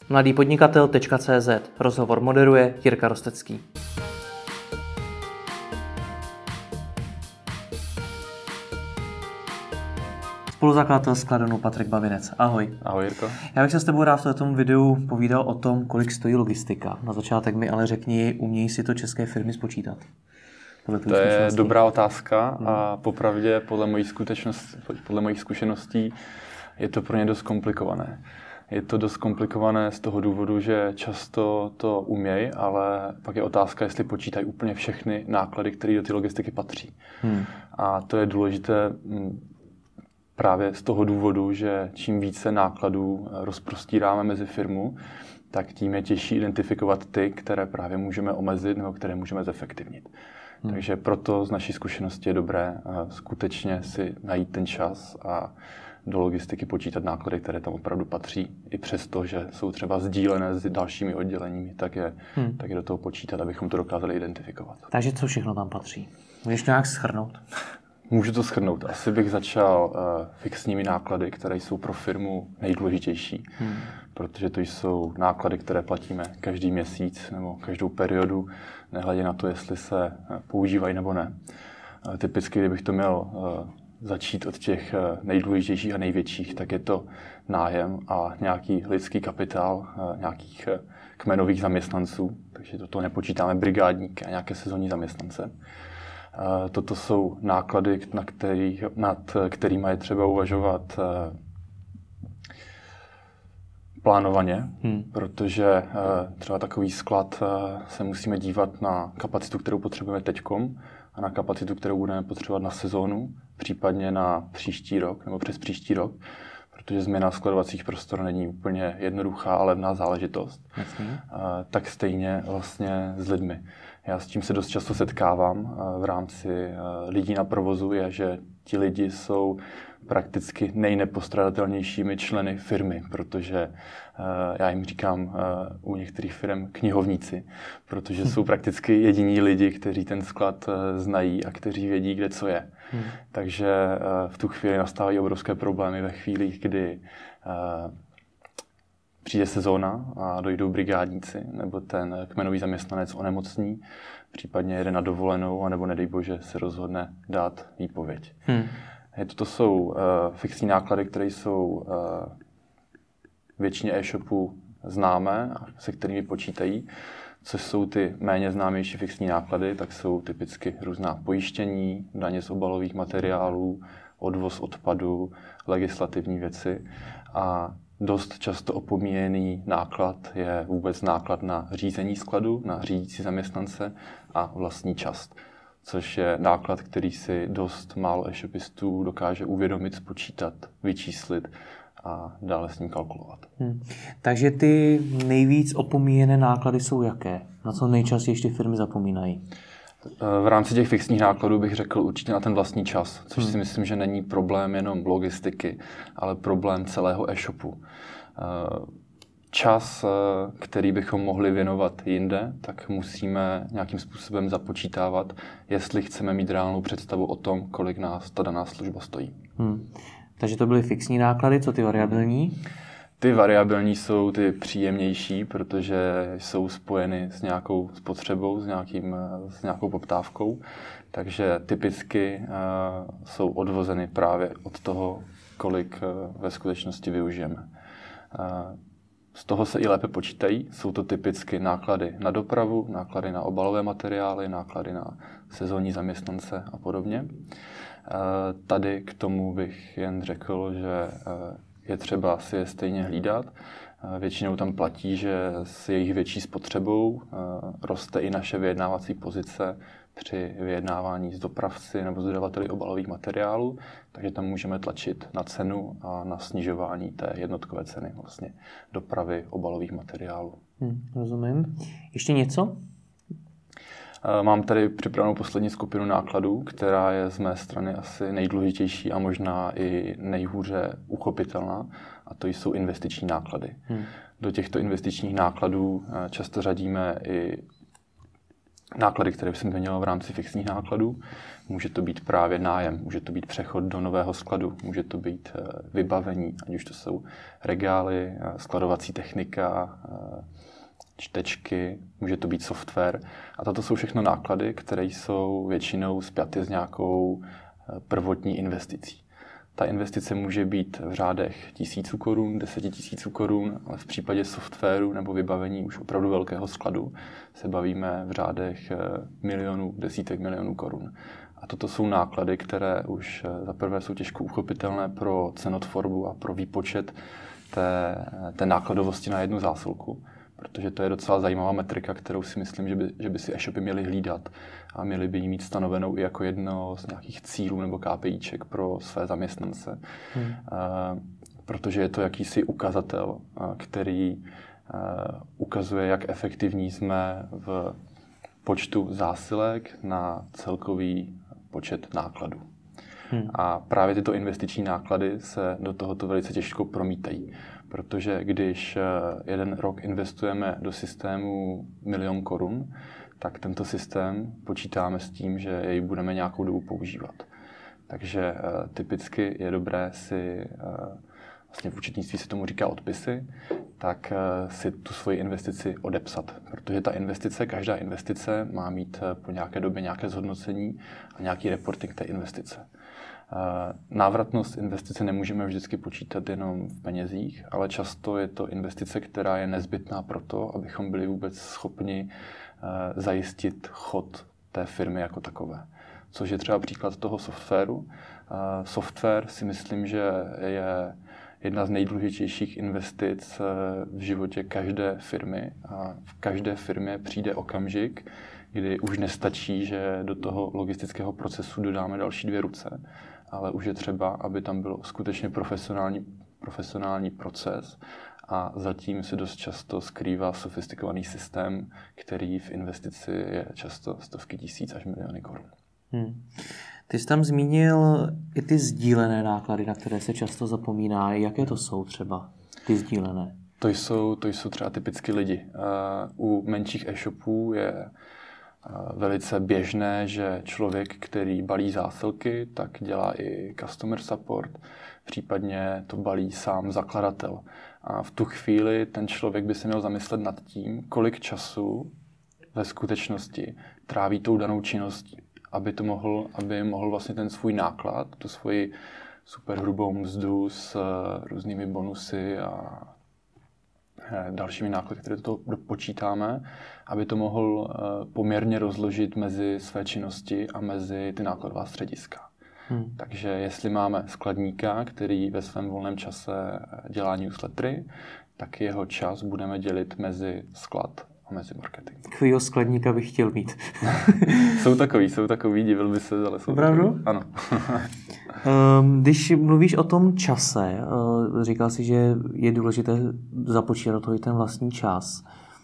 mladýpodnikatel.cz. Rozhovor moderuje Jirka Rostecký. Spoluzakladatel Skladonu Patrik Bavinec. Ahoj. Ahoj, Jirko. Já bych se s tebou rád v tomto videu povídal o tom, kolik stojí logistika. Na začátek mi ale řekni, umějí si to české firmy spočítat? To je dobrá otázka a popravdě podle mojich zkušeností je to pro ně dost komplikované. Je to dost komplikované z toho důvodu, že často to umějí, ale pak je otázka, jestli počítají úplně všechny náklady, které do té logistiky patří. A to je důležité právě z toho důvodu, že čím více nákladů rozprostíráme mezi firmu, tak tím je těžší identifikovat ty, které právě můžeme omezit nebo které můžeme zefektivnit. Takže proto z naší zkušenosti je dobré skutečně si najít ten čas a do logistiky počítat náklady, které tam opravdu patří. I přesto, že jsou třeba sdílené s dalšími odděleními, tak je do toho počítat, abychom to dokázali identifikovat. Takže co všechno tam patří? Můžeš to nějak shrnout? Můžu to shrnout. Asi bych začal fixními náklady, které jsou pro firmu nejdůležitější, protože to jsou náklady, které platíme každý měsíc nebo každou periodu, nehledě na to, jestli se používají nebo ne. Typicky, kdybych to měl začít od těch nejdůležitějších a největších, tak je to nájem a nějaký lidský kapitál, nějakých kmenových zaměstnanců, takže do toho nepočítáme brigádníky a nějaké sezónní zaměstnance. Toto jsou náklady, nad kterými je třeba uvažovat plánovaně, protože třeba takový sklad se musíme dívat na kapacitu, kterou potřebujeme teďkom a na kapacitu, kterou budeme potřebovat na sezónu, případně na příští rok nebo přes příští rok, protože změna skladovacích prostor není úplně jednoduchá a levná záležitost. Tak stejně vlastně s lidmi. Já s tím se dost často setkávám v rámci lidí na provozu, je, že ti lidi jsou prakticky nejnepostradatelnějšími členy firmy, protože já jim říkám u některých firm knihovníci, protože jsou prakticky jediní lidi, kteří ten sklad znají a kteří vědí, kde co je. Takže v tu chvíli nastávají obrovské problémy ve chvílích, kdy přijde sezóna a dojdou brigádníci, nebo ten kmenový zaměstnanec onemocní, případně jede na dovolenou, anebo nedej bože se rozhodne dát výpověď. To jsou fixní náklady, které jsou většině e-shopů známé a se kterými počítají. Což jsou ty méně známější fixní náklady, tak jsou typicky různá pojištění, daně z obalových materiálů, odvoz odpadu, legislativní věci. A dost často opomíjený náklad je vůbec náklad na řízení skladu, na řídící zaměstnance a vlastní čas, což je náklad, který si dost málo e-shopistů dokáže uvědomit, spočítat, vyčíslit a dále s ním kalkulovat. Takže ty nejvíc opomíjené náklady jsou jaké? Na co nejčastěji ještě firmy zapomínají? V rámci těch fixních nákladů bych řekl určitě na ten vlastní čas, což si myslím, že není problém jenom logistiky, ale problém celého e-shopu. Čas, který bychom mohli věnovat jinde, tak musíme nějakým způsobem započítávat, jestli chceme mít reálnou představu o tom, kolik nás ta daná služba stojí. Takže to byly fixní náklady, co ty variabilní? Ty variabilní jsou ty příjemnější, protože jsou spojeny s nějakou spotřebou, s nějakou poptávkou. Takže typicky jsou odvozeny právě od toho, kolik ve skutečnosti využijeme. Z toho se i lépe počítají. Jsou to typicky náklady na dopravu, náklady na obalové materiály, náklady na sezónní zaměstnance a podobně. Tady k tomu bych jen řekl, že je třeba si je stejně hlídat. Většinou tam platí, že s jejich větší spotřebou roste i naše vyjednávací pozice při vyjednávání s dopravci nebo s dodavateli obalových materiálů, takže tam můžeme tlačit na cenu a na snižování té jednotkové ceny vlastně dopravy obalových materiálů. Rozumím. Ještě něco? Mám tady připravenou poslední skupinu nákladů, která je z mé strany asi nejdůležitější a možná i nejhůře uchopitelná, a to jsou investiční náklady. Do těchto investičních nákladů často řadíme i náklady, které jsem změnil v rámci fixních nákladů. Může to být právě nájem, může to být přechod do nového skladu, může to být vybavení, ať už to jsou regály, skladovací technika, čtečky, může to být software. A toto jsou všechno náklady, které jsou většinou spjaty s nějakou prvotní investicí. Ta investice může být v řádech 1000 korun, 10 000 korun, ale v případě softwaru nebo vybavení už opravdu velkého skladu se bavíme v řádech milionů, desítek milionů korun. A toto jsou náklady, které už za prvé jsou těžko uchopitelné pro cenotvorbu a pro výpočet té nákladovosti na jednu zásilku, protože to je docela zajímavá metrika, kterou si myslím, že by si e-shopy měly hlídat a měly by ji mít stanovenou i jako jedno z nějakých cílů nebo KPIček pro své zaměstnance. Protože je to jakýsi ukazatel, který ukazuje, jak efektivní jsme v počtu zásilek na celkový počet nákladů. A právě tyto investiční náklady se do tohoto velice těžko promítají. Protože když jeden rok investujeme do systému 1 000 000 korun, tak tento systém počítáme s tím, že jej budeme nějakou dobu používat. Takže typicky je dobré si, vlastně v účetnictví se tomu říká odpisy, tak si tu svoji investici odepsat. Protože ta investice, každá investice má mít po nějaké době nějaké zhodnocení a nějaký reporting té investice. Návratnost investice nemůžeme vždycky počítat jenom v penězích, ale často je to investice, která je nezbytná pro to, abychom byli vůbec schopni zajistit chod té firmy jako takové. Což je třeba příklad toho softwaru. Software si myslím, že je jedna z nejdůležitějších investic v životě každé firmy. A v každé firmě přijde okamžik, kdy už nestačí, že do toho logistického procesu dodáme další 2 ruce, ale už je třeba, aby tam byl skutečně profesionální proces a zatím se dost často skrývá sofistikovaný systém, který v investici je často stovky tisíc až miliony korun. Ty jsi tam zmínil i ty sdílené náklady, na které se často zapomíná. Jaké to jsou třeba ty sdílené? To jsou třeba typicky lidi. U menších e-shopů je velice běžné, že člověk, který balí zásilky, tak dělá i customer support, případně to balí sám zakladatel. A v tu chvíli ten člověk by se měl zamyslet nad tím, kolik času ve skutečnosti tráví tou danou činností, aby mohl vlastně ten svůj náklad, tu svoji super hrubou mzdu s různými bonusy a dalšími náklady, které to počítáme, aby to mohl poměrně rozložit mezi své činnosti a mezi ty nákladová střediska. Takže jestli máme skladníka, který ve svém volném čase dělá newslettery, tak jeho čas budeme dělit mezi sklad a mezi marketing. Takovýho skladníka bych chtěl mít. Jsou takový, divil by se, ale jsou Opravdu? takový. Ano. Když mluvíš o tom čase, říkal jsi, že je důležité započítat do toho i ten vlastní čas.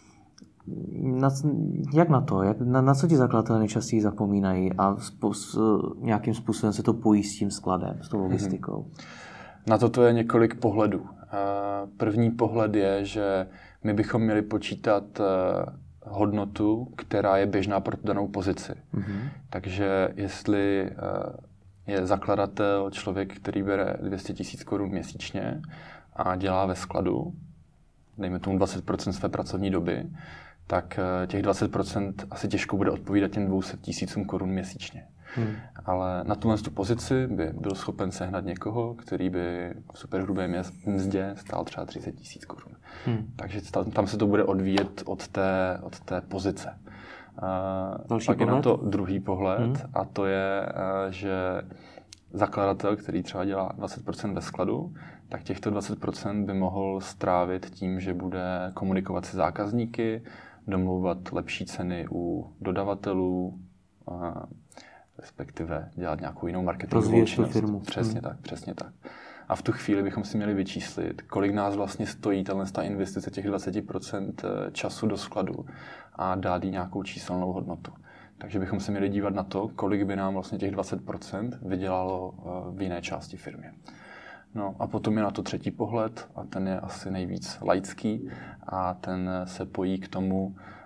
Jak na to? Na co ti zakladatelé nejčastěji zapomínají a nějakým způsobem se to pojí s tím skladem, s tou logistikou? Na to je několik pohledů. První pohled je, že my bychom měli počítat hodnotu, která je běžná pro danou pozici. Takže jestli je zakladatel člověk, který bere 200 000 korun měsíčně a dělá ve skladu, dejme tomu 20% své pracovní doby, tak těch 20% asi těžko bude odpovídat těm 200 000 korun měsíčně. Ale na tu pozici by byl schopen sehnat někoho, který by v superhrubé mzdě stál třeba 30 000 korun. Takže tam se to bude odvíjet od té pozice. Pak je na to druhý pohled a to je, že zakladatel, který třeba dělá 20% ve skladu, tak těchto 20% by mohl strávit tím, že bude komunikovat se zákazníky, domlouvat lepší ceny u dodavatelů, respektive dělat nějakou jinou marketingovou činnost. Firmu. Přesně tak. A v tu chvíli bychom si měli vyčíslit, kolik nás vlastně stojí ta investice těch 20% času do skladu a dát jí nějakou číselnou hodnotu. Takže bychom se měli dívat na to, kolik by nám vlastně těch 20% vydělalo v jiné části firmy. No a potom je na to třetí pohled a ten je asi nejvíc laický a ten se pojí k tomu,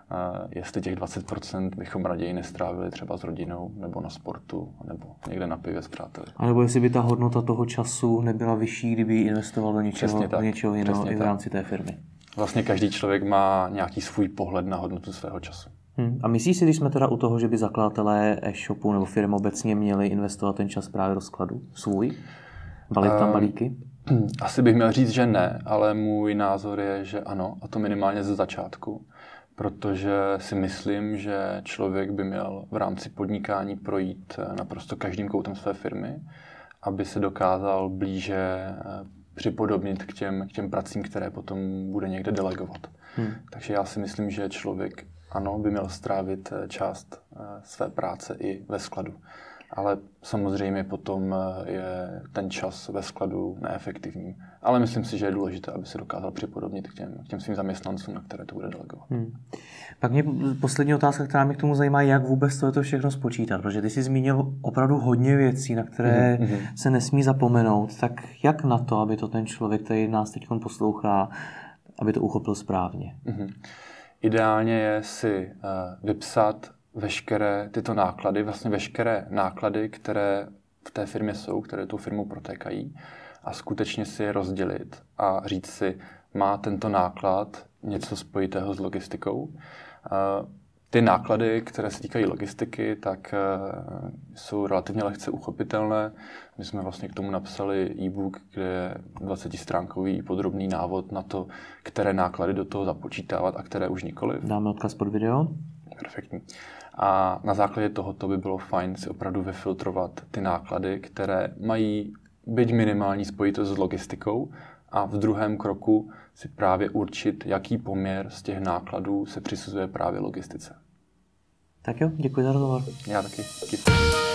jestli těch 20% bychom raději nestrávili třeba s rodinou, nebo na sportu, nebo někde na pivě s přáteli. A nebo jestli by ta hodnota toho času nebyla vyšší, kdyby ji investoval do něčeho jiného i v rámci té firmy. Vlastně každý člověk má nějaký svůj pohled na hodnotu svého času. A myslíš si, když jsme teda u toho, že by zakladatelé e-shopu nebo firm obecně měli investovat ten čas právě do skladu svůj? Balit tam balíky? Asi bych měl říct, že ne, ale můj názor je, že ano, a to minimálně ze začátku. Protože si myslím, že člověk by měl v rámci podnikání projít naprosto každým koutem své firmy, aby se dokázal blíže připodobnit k těm pracím, které potom bude někde delegovat. Takže já si myslím, že člověk, ano, by měl strávit část své práce i ve skladu. Ale samozřejmě potom je ten čas ve skladu neefektivní. Ale myslím si, že je důležité, aby se dokázal připodobnit k těm svým zaměstnancům, na které to bude delegovat. Pak mě poslední otázka, která mě k tomu zajímá, jak vůbec to všechno spočítat. Protože ty jsi zmínil opravdu hodně věcí, na které se nesmí zapomenout. Tak jak na to, aby to ten člověk, který nás teď poslouchá, aby to uchopil správně? Ideálně je si vypsat veškeré tyto náklady, vlastně veškeré náklady, které v té firmě jsou, které tou firmou protékají, a skutečně si je rozdělit a říct si, má tento náklad něco spojitého s logistikou. Ty náklady, které se týkají logistiky, tak jsou relativně lehce uchopitelné. My jsme vlastně k tomu napsali e-book, kde je 20stránkový podrobný návod na to, které náklady do toho započítávat a které už nikoliv. Dáme odkaz pod video. Perfektní. A na základě tohoto by bylo fajn si opravdu vyfiltrovat ty náklady, které mají byť minimální spojitost s logistikou, a v druhém kroku si právě určit, jaký poměr z těch nákladů se přisuzuje právě logistice. Tak jo, děkuji za rozhovor. Já taky. Díky.